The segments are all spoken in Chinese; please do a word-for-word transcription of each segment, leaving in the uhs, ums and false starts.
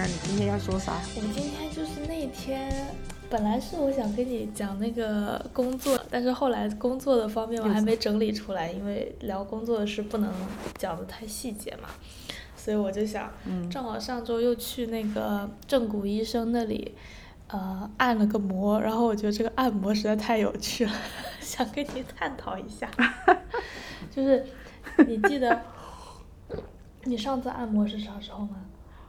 呢？你今天要说啥？ 我今天就是那天，本来是我想跟你讲那个工作，但是后来工作的方面我还没整理出来，因为聊工作的事不能讲的太细节嘛，所以我就想，正好上周又去那个正骨医生那里，呃，按了个摩，然后我觉得这个按摩实在太有趣了，想跟你探讨一下，就是你记得你上次按摩是啥时候吗？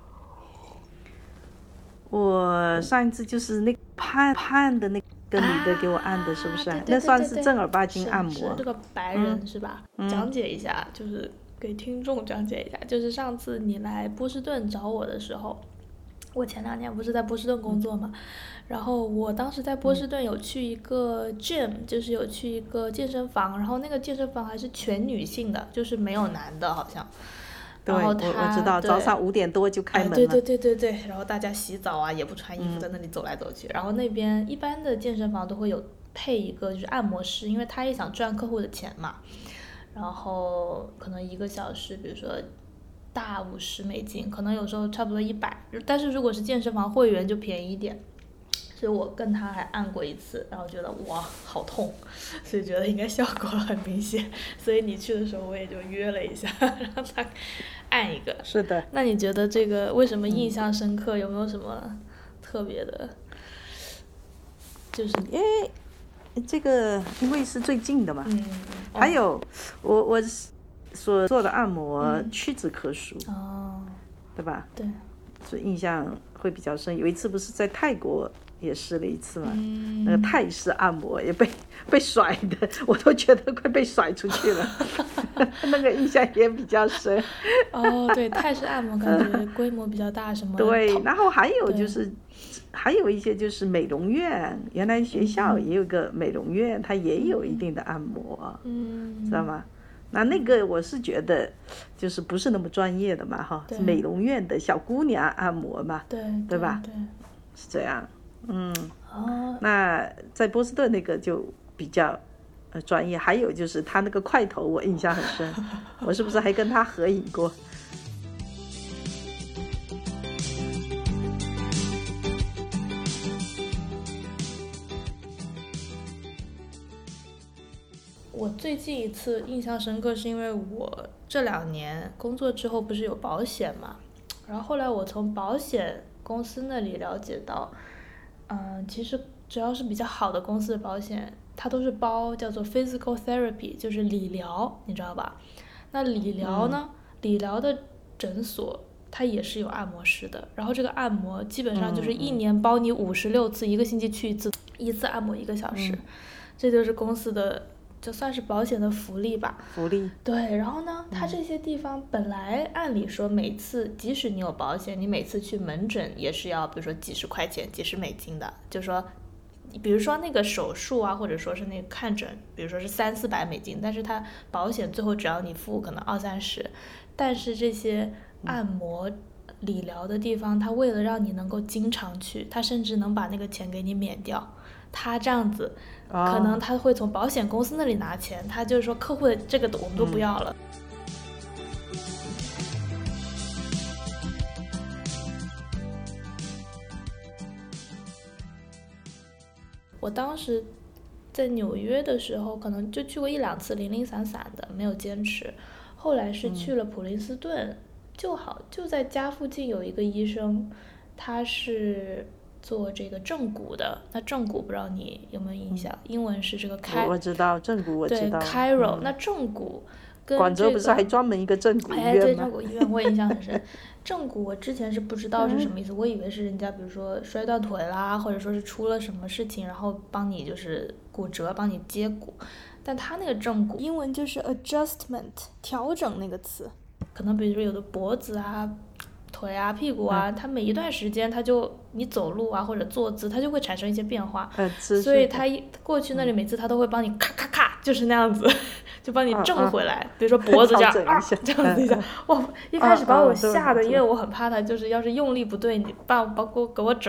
我上一次就是那个胖胖的那个女的给我按的，是不是？ 啊、对对对对对， 那算是正儿八经按摩。 是这个白人、嗯、是吧？ 嗯、 讲解一下，就是给听众讲解一下，就是上次你来波士顿找我的时候，我前两年不是在波士顿工作嘛，嗯、然后我当时在波士顿有去一个 gym，、嗯、就是有去一个健身房，然后那个健身房还是全女性的，就是没有男的好像。 对，我我知道，早上五点多就开门了。 哎、对对对对对，然后大家洗澡啊，也不穿衣服，在那里走来走去。嗯、然后那边一般的健身房都会有配一个就是按摩师，因为他也想赚客户的钱嘛。然后可能一个小时，比如说大五十美金，可能有时候差不多一百。但是如果是健身房会员就便宜一点。所以我跟他还按过一次，然后觉得哇好痛，所以觉得应该效果很明显，所以你去的时候我也就约了一下，让他按一个。 是的。 那你觉得这个为什么印象深刻？嗯、有没有什么特别的？就是因为这个因为是最近的嘛， 嗯， 还有、哦、我我所做的按摩、 嗯、 屈指可数，哦，对吧？ 对， 所以印象会比较深。有一次不是在泰国也试了一次嘛， 嗯、 那个泰式按摩也被被甩的，我都觉得快被甩出去了，那个印象也比较深。 哦，对，泰式按摩感觉规模比较大，什么？ 对，然后还有就是，还有一些就是美容院，原来学校也有个美容院，嗯、它也有一定的按摩，嗯，知道吗？那那个我是觉得，就是不是那么专业的嘛，哈，是美容院的小姑娘按摩嘛， 对， 对吧？ 对， 是这样。嗯， 哦， 那在波士顿那个就比较呃专业，还有就是他那个块头我印象很深，我是不是还跟他合影过？ 我最近一次印象深刻是因为我这两年工作之后不是有保险嘛，然后后来我从保险公司那里了解到。嗯，其实只要是比较好的公司的保险，它都是包叫做 physical therapy， 就是理疗，你知道吧？那理疗呢，嗯、理疗的诊所它也是有按摩师的，然后这个按摩基本上就是一年包你五十六次，嗯、一个星期去一次，一次按摩一个小时，嗯、这就是公司的。就算是保险的福利吧， 福利对，然后呢，它这些地方本来按理说每次，即使你有保险，你每次去门诊也是要，比如说几十块钱、几十美金的，就说，比如说那个手术啊，或者说是那个看诊，比如说是三四百美金，但是它保险最后只要你付可能二三十，但是这些按摩、理疗的地方，它为了让你能够经常去，它甚至能把那个钱给你免掉。他这样子，可能他会从保险公司那里拿钱，他就是说客户的这个我们都不要了。嗯、我当时在纽约的时候，可能就去过一两次，零零散散的，没有坚持。后来是去了普林斯顿，嗯、就好就在家附近有一个医生，他是。做这个正骨的，那正骨不知道你有没有印象？嗯、英文是这个开， 我知道正骨，我知道。 对 ，Chiro、嗯。那正骨跟、这个、 广州不是还专门一个正骨医院吗？ 哎，对，正骨医院我也印象很深。正骨我之前是不知道是什么意思，嗯、我以为是人家比如说摔断腿啦，或者说是出了什么事情，然后帮你就是骨折，帮你接骨。但他那个正骨英文就是 adjustment， 调整那个词，可能比如说有的脖子啊。腿啊屁股啊，它每一段时间它就你走路啊或者坐姿它就会产生一些变化， 呃、 所以它一过去那里每次它都会帮你咔咔咔就是那样子就帮你正回来，啊、比如说脖子这样啊这样子一下，哇一开始把我吓的，因为我很怕它就是要是用力不对，你把把给我给我整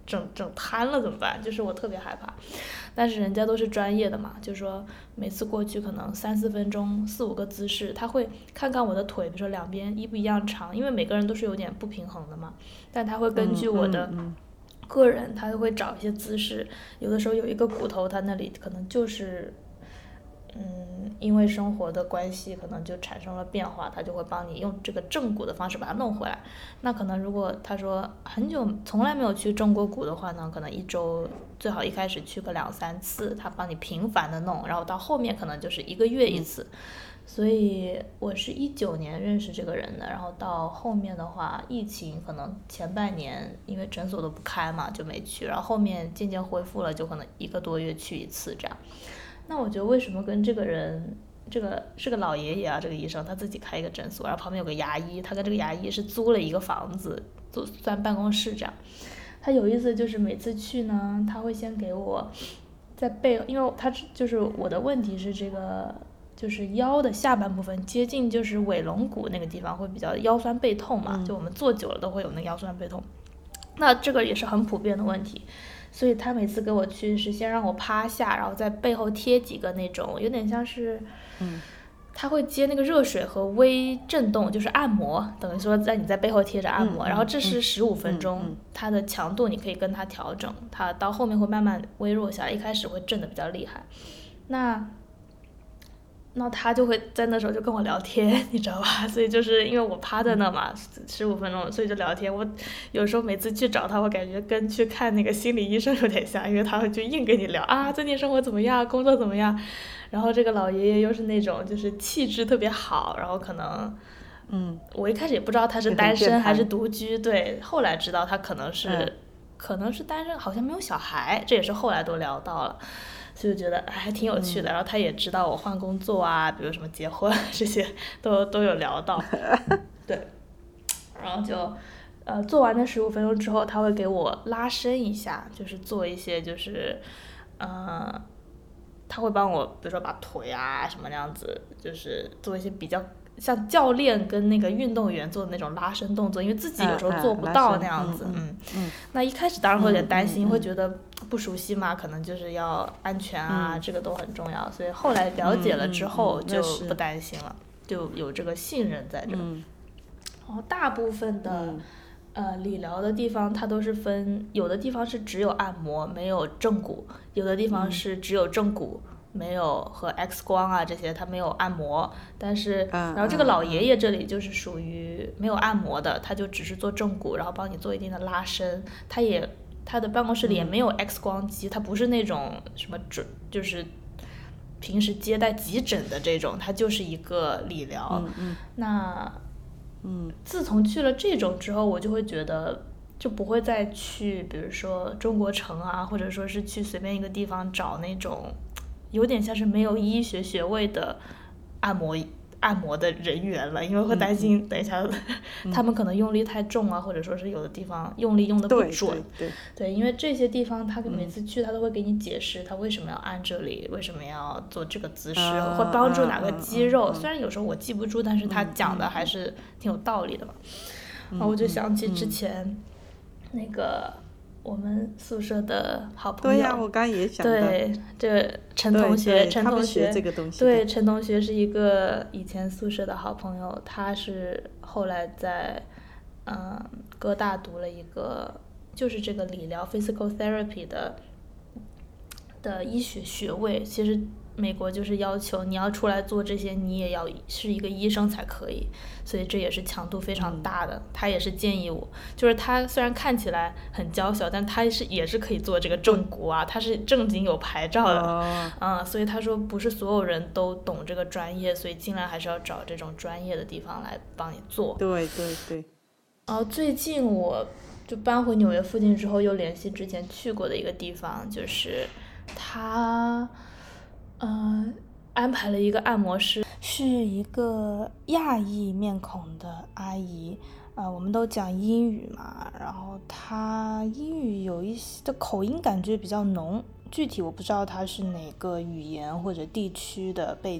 整整瘫了怎么办？就是我特别害怕。但是人家都是专业的嘛，就是说每次过去可能三四分钟四五个姿势，他会看看我的腿，比如说两边一不一样长，因为每个人都是有点不平衡的嘛，但他会根据我的个人，他会找一些姿势，有的时候有一个骨头他那里可能就是嗯，因为生活的关系可能就产生了变化，他就会帮你用这个正骨的方式把它弄回来。那可能如果他说很久从来没有去正过骨的话呢，可能一周最好一开始去个两三次，他帮你频繁的弄，然后到后面可能就是一个月一次。所以我是一九年认识这个人的，然后到后面的话，疫情可能前半年因为诊所都不开嘛，就没去，然后后面渐渐恢复了，就可能一个多月去一次这样。那我觉得为什么跟这个人，这个是个老爷爷啊，这个医生他自己开一个诊所，然后旁边有个牙医，他跟这个牙医是租了一个房子，就算办公室这样。他有意思就是每次去呢，他会先给我在背，因为他就是我的问题是这个，就是腰的下半部分接近就是尾龙骨那个地方会比较腰酸背痛嘛，就我们坐久了都会有那个腰酸背痛，那这个也是很普遍的问题。所以他每次给我去是先让我趴下，然后在背后贴几个那种有点像是， 嗯， 他会接那个热水和微震动，就是按摩，等于说在你在背后贴着按摩， 嗯、 然后这是十五分钟， 嗯嗯、 它的强度你可以跟它调整，它到后面会慢慢微弱下来，一开始会震得比较厉害。那那他就会在那时候就跟我聊天，你知道吧？所以就是因为我趴在那嘛，十五分钟，所以就聊天。我有时候每次去找他，我感觉跟去看那个心理医生有点像，因为他会就硬跟你聊啊，最近生活怎么样，工作怎么样。然后这个老爷爷又是那种就是气质特别好，然后可能， 嗯， 我一开始也不知道他是单身还是独居，对，后来知道他可能是、嗯、可能是单身，好像没有小孩，这也是后来都聊到了。所以觉得还挺有趣的，然后他也知道我换工作啊，比如什么结婚这些都都有聊到，对，然后就呃做完那十五分钟之后，他会给我拉伸一下，就是做一些就是呃他会帮我比如说把腿啊什么那样子，就是做一些比较像教练跟那个运动员做的那种拉伸动作，因为自己有时候做不到那样子， 嗯 嗯, 嗯， 那一开始当然会有点担心， 嗯嗯、 会觉得不熟悉嘛，可能就是要安全啊、嗯，这个都很重要，所以后来了解了之后就不担心了， 嗯嗯、 就有这个信任在这。 嗯、 然后大部分的、嗯、呃理疗的地方，它都是分，有的地方是只有按摩没有正骨，有的地方是只有正骨。嗯，没有和 X 光啊这些，他没有按摩，但是然后这个老爷爷这里就是属于没有按摩的，他就只是做正骨，然后帮你做一定的拉伸，他也他的办公室里也没有 X 光机，他不是那种什么准就是平时接待急诊的这种，他就是一个理疗。 嗯嗯， 那嗯， 自从去了这种之后，我就会觉得就不会再去比如说中国城啊，或者说是去随便一个地方找那种有点像是没有医学学位的按摩按摩的人员了，因为会担心等一下、嗯、他们可能用力太重啊、嗯、或者说是有的地方用力用的不准。 对对对, 对，因为这些地方他每次去他都会给你解释他为什么要按这里、嗯、为什么要做这个姿势、啊、会帮助哪个肌肉、啊、虽然有时候我记不住、嗯、但是他讲的还是挺有道理的嘛、嗯、然后我就想起之前那个我们宿舍的好朋友， 对呀、啊，我刚也想到， 对，这陈同学，陈同学， 这个东西对，陈同学是一个以前宿舍的好朋友，他是后来在嗯哥大读了一个就是这个理疗 physical therapy 的的医学学位，其实美国就是要求你要出来做这些，你也要是一个医生才可以，所以这也是强度非常大的。嗯、他也是建议我，就是他虽然看起来很娇小，但他是也是可以做这个正骨啊，他是正经有牌照的， 哦、 嗯，所以他说不是所有人都懂这个专业，所以尽量还是要找这种专业的地方来帮你做。 对对对。 然后最近我就搬回纽约附近之后，又联系之前去过的一个地方，就是他。呃，安排了一个按摩师，是一个亚裔面孔的阿姨，呃，我们都讲英语嘛，然后她英语有一些的口音感觉比较浓，具体我不知道她是哪个语言或者地区的背景，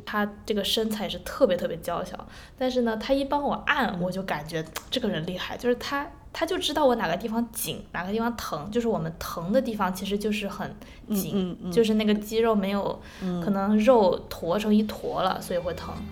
他这个身材是特别特别娇小，但是呢他一帮我按我就感觉这个人厉害，就是他他就知道我哪个地方紧哪个地方疼，就是我们疼的地方其实就是很紧、 嗯嗯、 就是那个肌肉没有、嗯、可能肉坨成一坨了所以会疼。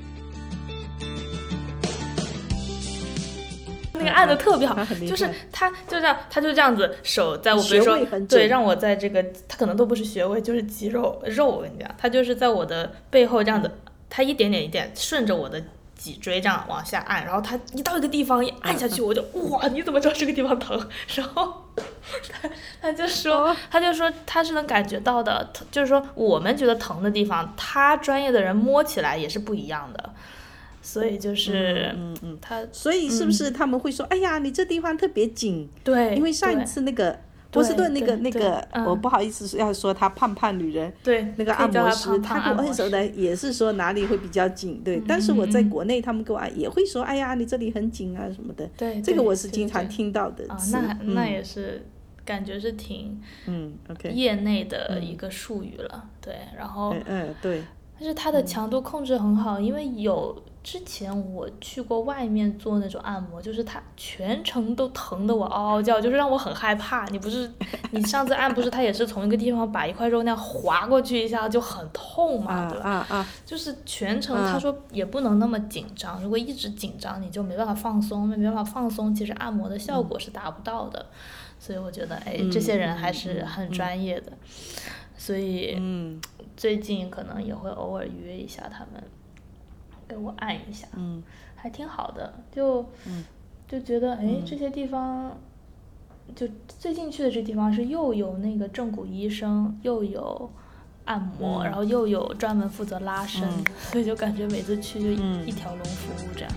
那个按的特别好，就是他就这样，他就这样子手在我，比如说对，让我在这个，他可能都不是穴位，就是肌肉肉。我跟你讲，他就是在我的背后这样子，他一点点一点顺着我的脊椎这样往下按，然后他一到一个地方一按下去，我就哇，你怎么知道这个地方疼？然后他他就说，他就说他是能感觉到的，就是说我们觉得疼的地方，他专业的人摸起来也是不一样的。所以就是嗯嗯他， 所以是不是他们会说、嗯、哎呀你这地方特别紧？ 对， 因为上一次那个波士顿那个那个、嗯、我不好意思要说她胖胖女人， 对， 那个按摩师她给我按手的也是说哪里会比较紧，对、嗯、但是我在国内他们给我按也会说哎呀你这里很紧啊什么的， 对， 这个我是经常听到的。 啊、哦，那那也是感觉是挺嗯 OK 业内的一个术语了、嗯、对，然后嗯嗯对， 但是它的强度控制很好、嗯、因为有之前我去过外面做那种按摩，就是它全程都疼得我嗷嗷叫，就是让我很害怕。你不是你上次按不是它也是从一个地方把一块肉那样划过去一下就很痛嘛， 啊、 对吧？ 啊啊！ 就是全程他说也不能那么紧张、啊，如果一直紧张你就没办法放松，没办法放松，其实按摩的效果是达不到的。嗯、所以我觉得哎，这些人还是很专业的，嗯、所以嗯， 最近可能也会偶尔约一下他们。给我按一下， 嗯， 还挺好的，就， 嗯、 就觉得哎、嗯，这些地方，就最近去的这地方是又有那个正骨医生，又有按摩， 嗯、 然后又有专门负责拉伸， 嗯、 所以就感觉每次去就一、嗯、一条龙服务这样。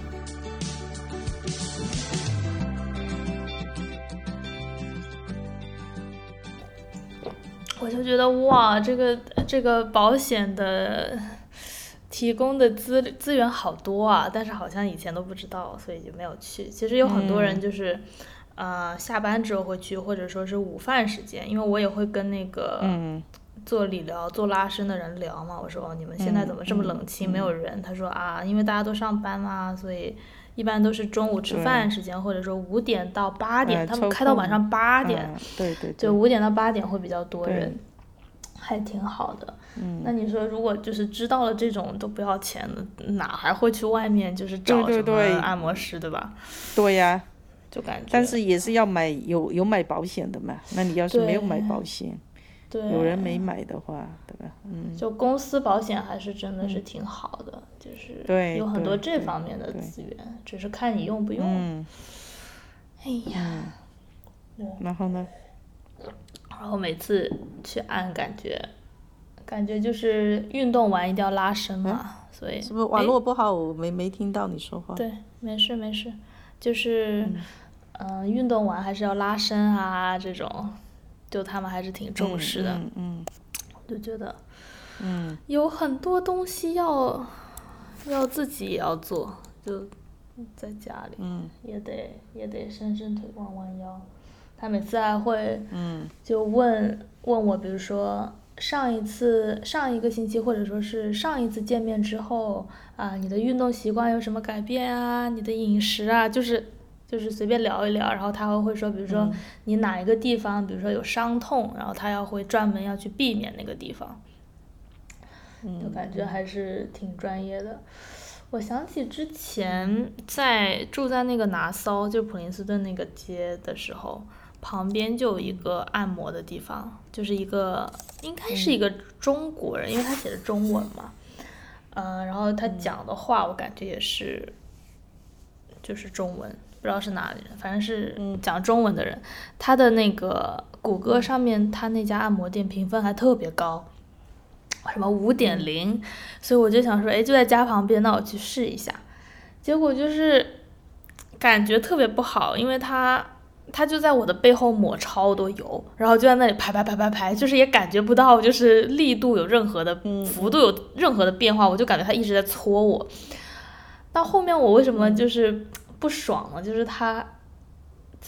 我就觉得哇，这个这个保险的。提供的资资源好多啊，但是好像以前都不知道，所以就没有去。其实有很多人就是，嗯、呃，下班之后会去，或者说是午饭时间，因为我也会跟那个做理疗、做拉伸的人聊嘛。我说哦，你们现在怎么这么冷清，嗯、没有人？他说啊，因为大家都上班嘛，所以一般都是中午吃饭时间，或者说五点到八点，他们开到晚上八点， 啊、对对对， 就五点到八点会比较多人。还挺好的， 嗯， 那你说如果就是知道了这种都不要钱的，哪还会去外面就是找什么按摩师， 对, 对, 对, 对吧？ 对呀、啊， 就感觉， 但是也是要买有有买保险的嘛。那你要是没有买保险， 对， 有人没买的话，对吧？嗯， 就公司保险还是真的是挺好的，嗯、就是有很多这方面的资源，只是看你用不用。 嗯， 哎呀， 嗯、然后呢？ 然后每次去按感觉，感觉就是运动完一定要拉伸嘛， 嗯、 所以是不是网络不好？我没没听到你说话。 对，没事没事，就是嗯、呃，运动完还是要拉伸啊，这种，就他们还是挺重视的。 嗯嗯。 就觉得， 嗯， 有很多东西要要自己也要做，就在家里， 嗯， 也得也得伸伸腿弯弯腰。他每次还会， 嗯， 就问问我，比如说上一次上一个星期，或者说是上一次见面之后啊，你的运动习惯有什么改变啊？你的饮食啊，就是就是随便聊一聊，然后他会会说，比如说你哪一个地方，比如说有伤痛，然后他要会专门要去避免那个地方，就感觉还是挺专业的。我想起之前在住在那个拿骚，就普林斯顿那个街的时候。旁边就有一个按摩的地方，就是一个应该是一个中国人，嗯、因为他写的中文嘛，嗯、呃，然后他讲的话我感觉也是，就是中文，不知道是哪里人，反正是讲中文的人。他的那个谷歌上面，他那家按摩店评分还特别高，什么五点零，所以我就想说，哎，就在家旁边，那我去试一下。结果就是感觉特别不好，因为他。他就在我的背后抹超多油，然后就在那里排排排排排，就是也感觉不到就是力度有任何的幅度有任何的变化，我就感觉他一直在搓我。到后面我为什么就是不爽呢？就是他在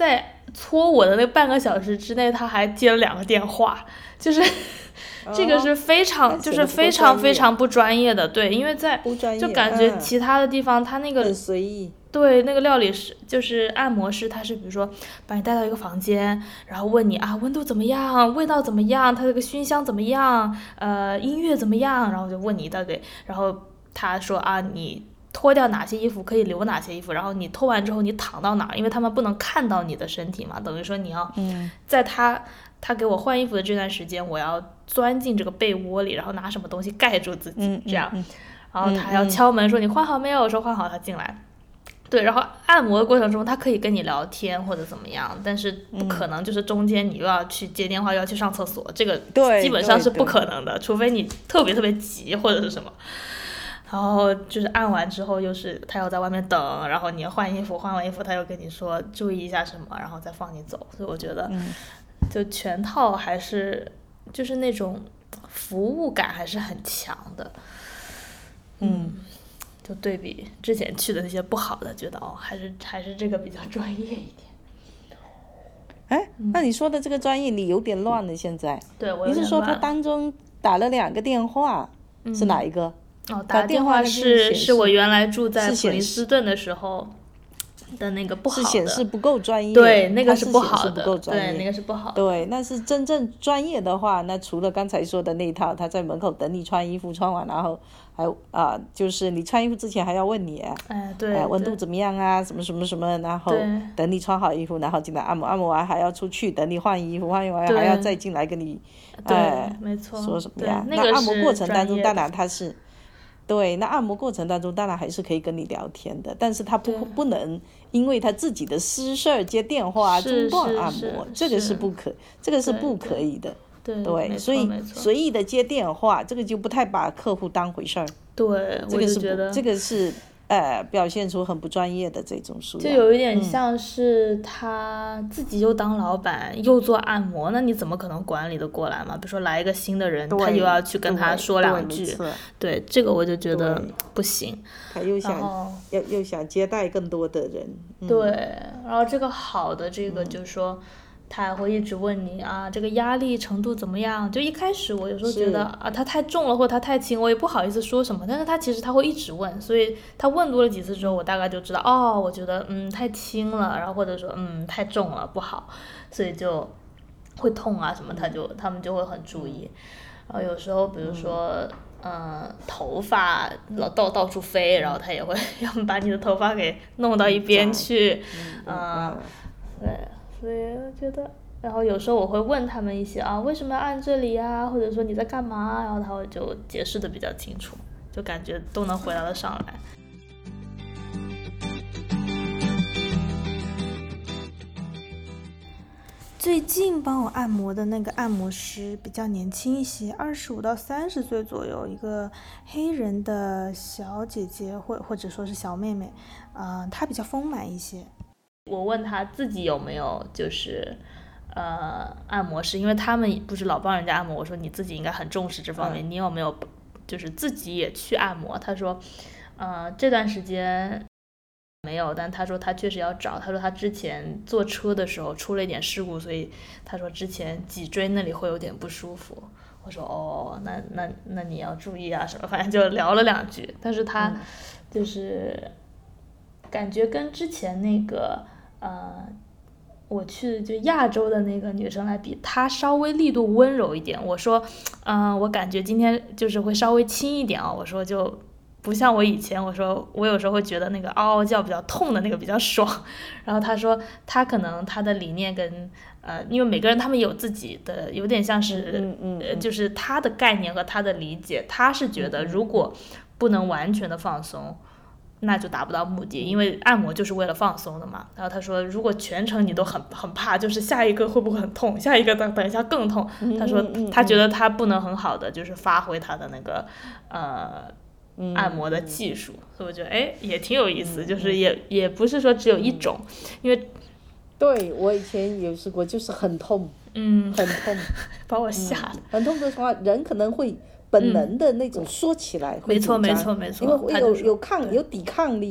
搓我的那半个小时之内，他还接了两个电话，就是这个是非常、哦、就是非常非常不专业的，对，因为在就感觉其他的地方、嗯、他那个很随意。 对，那个料理师就是按摩师，他是比如说把你带到一个房间，然后问你啊温度怎么样，味道怎么样，他这个熏香怎么样，呃音乐怎么样，然后就问你一大堆，然后他说啊你脱掉哪些衣服可以留哪些衣服，然后你脱完之后你躺到哪儿，因为他们不能看到你的身体嘛，等于说你要在他、嗯、他给我换衣服的这段时间，我要钻进这个被窝里，然后拿什么东西盖住自己、嗯、这样、嗯、然后他还要敲门说你换好没有，我说换好，他进来。对，然后按摩的过程中他可以跟你聊天或者怎么样，但是不可能就是中间你又要去接电话又要去上厕所，这个基本上是不可能的，除非你特别特别急或者是什么。然后就是按完之后又是他要在外面等，然后你要换衣服，换完衣服他又跟你说注意一下什么，然后再放你走。所以我觉得就全套还是就是那种服务感还是很强的。嗯，就对比之前去的那些不好的，觉得哦还是还是这个比较专业一点。 哎，那你说的这个专业你有点乱了现在。 对，我有点乱。 你是说他当中打了两个电话、嗯、是哪一个？ 哦，打电话是是我原来住在普林斯顿的时候的那个不好的， 是显示不够专业， 对，那个是不好的， 不够专业， 对，那个是不好的。 对，那是真正专业的话，那除了刚才说的那一套，他在门口等你穿衣服，穿完然后还啊、呃，就是你穿衣服之前还要问你， 哎，对， 哎，温度怎么样啊？什么什么什么，然后等你穿好衣服，然后进来按摩，按摩完还要出去等你换衣服，换衣服完还要再进来跟你，哎， 没错， 说什么呀？ 那, 那按摩过程当中，当然他是。对，那按摩过程当中当然还是可以跟你聊天的，但是他不不能因为他自己的私事儿接电话中断按摩，这个是不可，这个是不可以的。 对， 对对，所以随意的接电话，这个就不太把客户当回事儿。 对， 这个是我就觉得这个是呃表现出很不专业的这种素养， 就有一点像是他自己又当老板、嗯、又做按摩，那你怎么可能管理得过来嘛？比如说来一个新的人，他又要去跟他说两句， 对, 对, 对，这个我就觉得不行。 他又想又又想接待更多的人， 嗯、对，然后这个好的这个就是说。嗯，他还会一直问你啊，这个压力程度怎么样？就一开始我有时候觉得啊，他太重了或者他太轻，我也不好意思说什么。但是他其实他会一直问，所以他问多了几次之后，我大概就知道哦，我觉得嗯太轻了，然后或者说嗯太重了不好，所以就会痛啊什么，他就他们就会很注意。然后有时候比如说嗯、呃、头发老到到处飞，然后他也会要把你的头发给弄到一边去，嗯、呃、对。所以我觉得，然后有时候我会问他们一些啊，为什么要按这里啊，或者说你在干嘛，然后他会就解释的比较清楚，就感觉都能回答得上来。最近帮我按摩的那个按摩师比较年轻一些，二十五到三十岁左右，一个黑人的小姐姐或或者说是小妹妹，嗯、呃，她比较丰满一些。我问他自己有没有就是呃按摩师，因为他们不是老帮人家按摩，我说你自己应该很重视这方面、嗯、你有没有就是自己也去按摩？他说呃这段时间没有，但他说他确实要找，他说他之前坐车的时候出了一点事故，所以他说之前脊椎那里会有点不舒服。我说哦那那那你要注意啊什么，反正就聊了两句，但是他就是、嗯、感觉跟之前那个呃，我去就亚洲的那个女生来比，她稍微力度温柔一点。我说，嗯、呃，我感觉今天就是会稍微轻一点哦。我说就不像我以前，我说我有时候会觉得那个嗷嗷叫比较痛的那个比较爽。然后她说，她可能她的理念跟呃，因为每个人他们有自己的，有点像是， 嗯嗯嗯、 就是她的概念和她的理解，她是觉得如果不能完全的放松。那就达不到目的，因为按摩就是为了放松的嘛。然后他说，如果全程你都很很怕，就是下一个会不会很痛，下一个等等一下更痛。他说他觉得他不能很好的就是发挥他的那个呃按摩的技术，所以我觉得哎也挺有意思，就是也也不是说只有一种，因为对我以前有试过，就是很痛， 嗯， 很痛， 把我吓的、嗯。 很痛的话，人可能会。本能的那种说起来会没错没错没错， 因为会有有抗有抵抗力，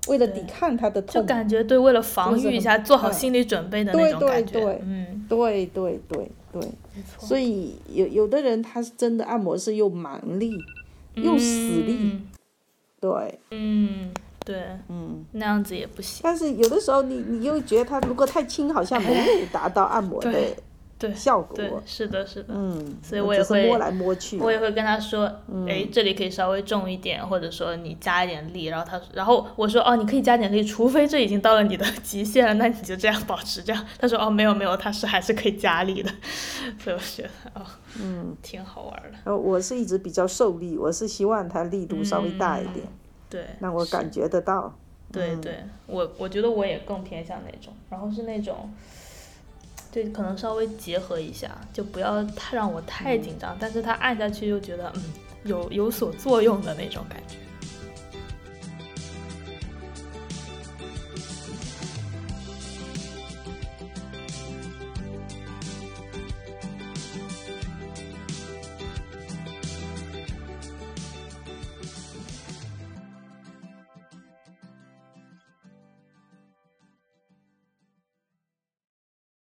为了抵抗他的痛， 就感觉对，为了防御一下，做好心理准备的那种感觉。 对对对， 嗯， 对对对对，所以有有的人他是真的按摩是又蛮力、嗯、又死力，对， 嗯，对， 嗯， 那样子也不行。 但是有的时候你你又觉得他如果太轻，好像没有达到按摩的。 对效果， 对，是的，是的， 嗯， 所以我也会摸来摸去， 我也会跟他说， 嗯、 哎，这里可以稍微重一点，或者说你加一点力，然后他，然后我说，哦，你可以加点力，除非这已经到了你的极限了，那你就这样保持这样。他说，哦，没有没有，他是还是可以加力的，所以我觉得哦， 嗯， 挺好玩的。 呃，我是一直比较受力，我是希望它力度稍微大一点， 嗯、对， 让我感觉得到。 对、 嗯、 对，我我觉得我也更偏向那种，然后是那种。就可能稍微结合一下，就不要太让我太紧张，嗯、但是他按下去又觉得嗯有有所作用的那种感觉。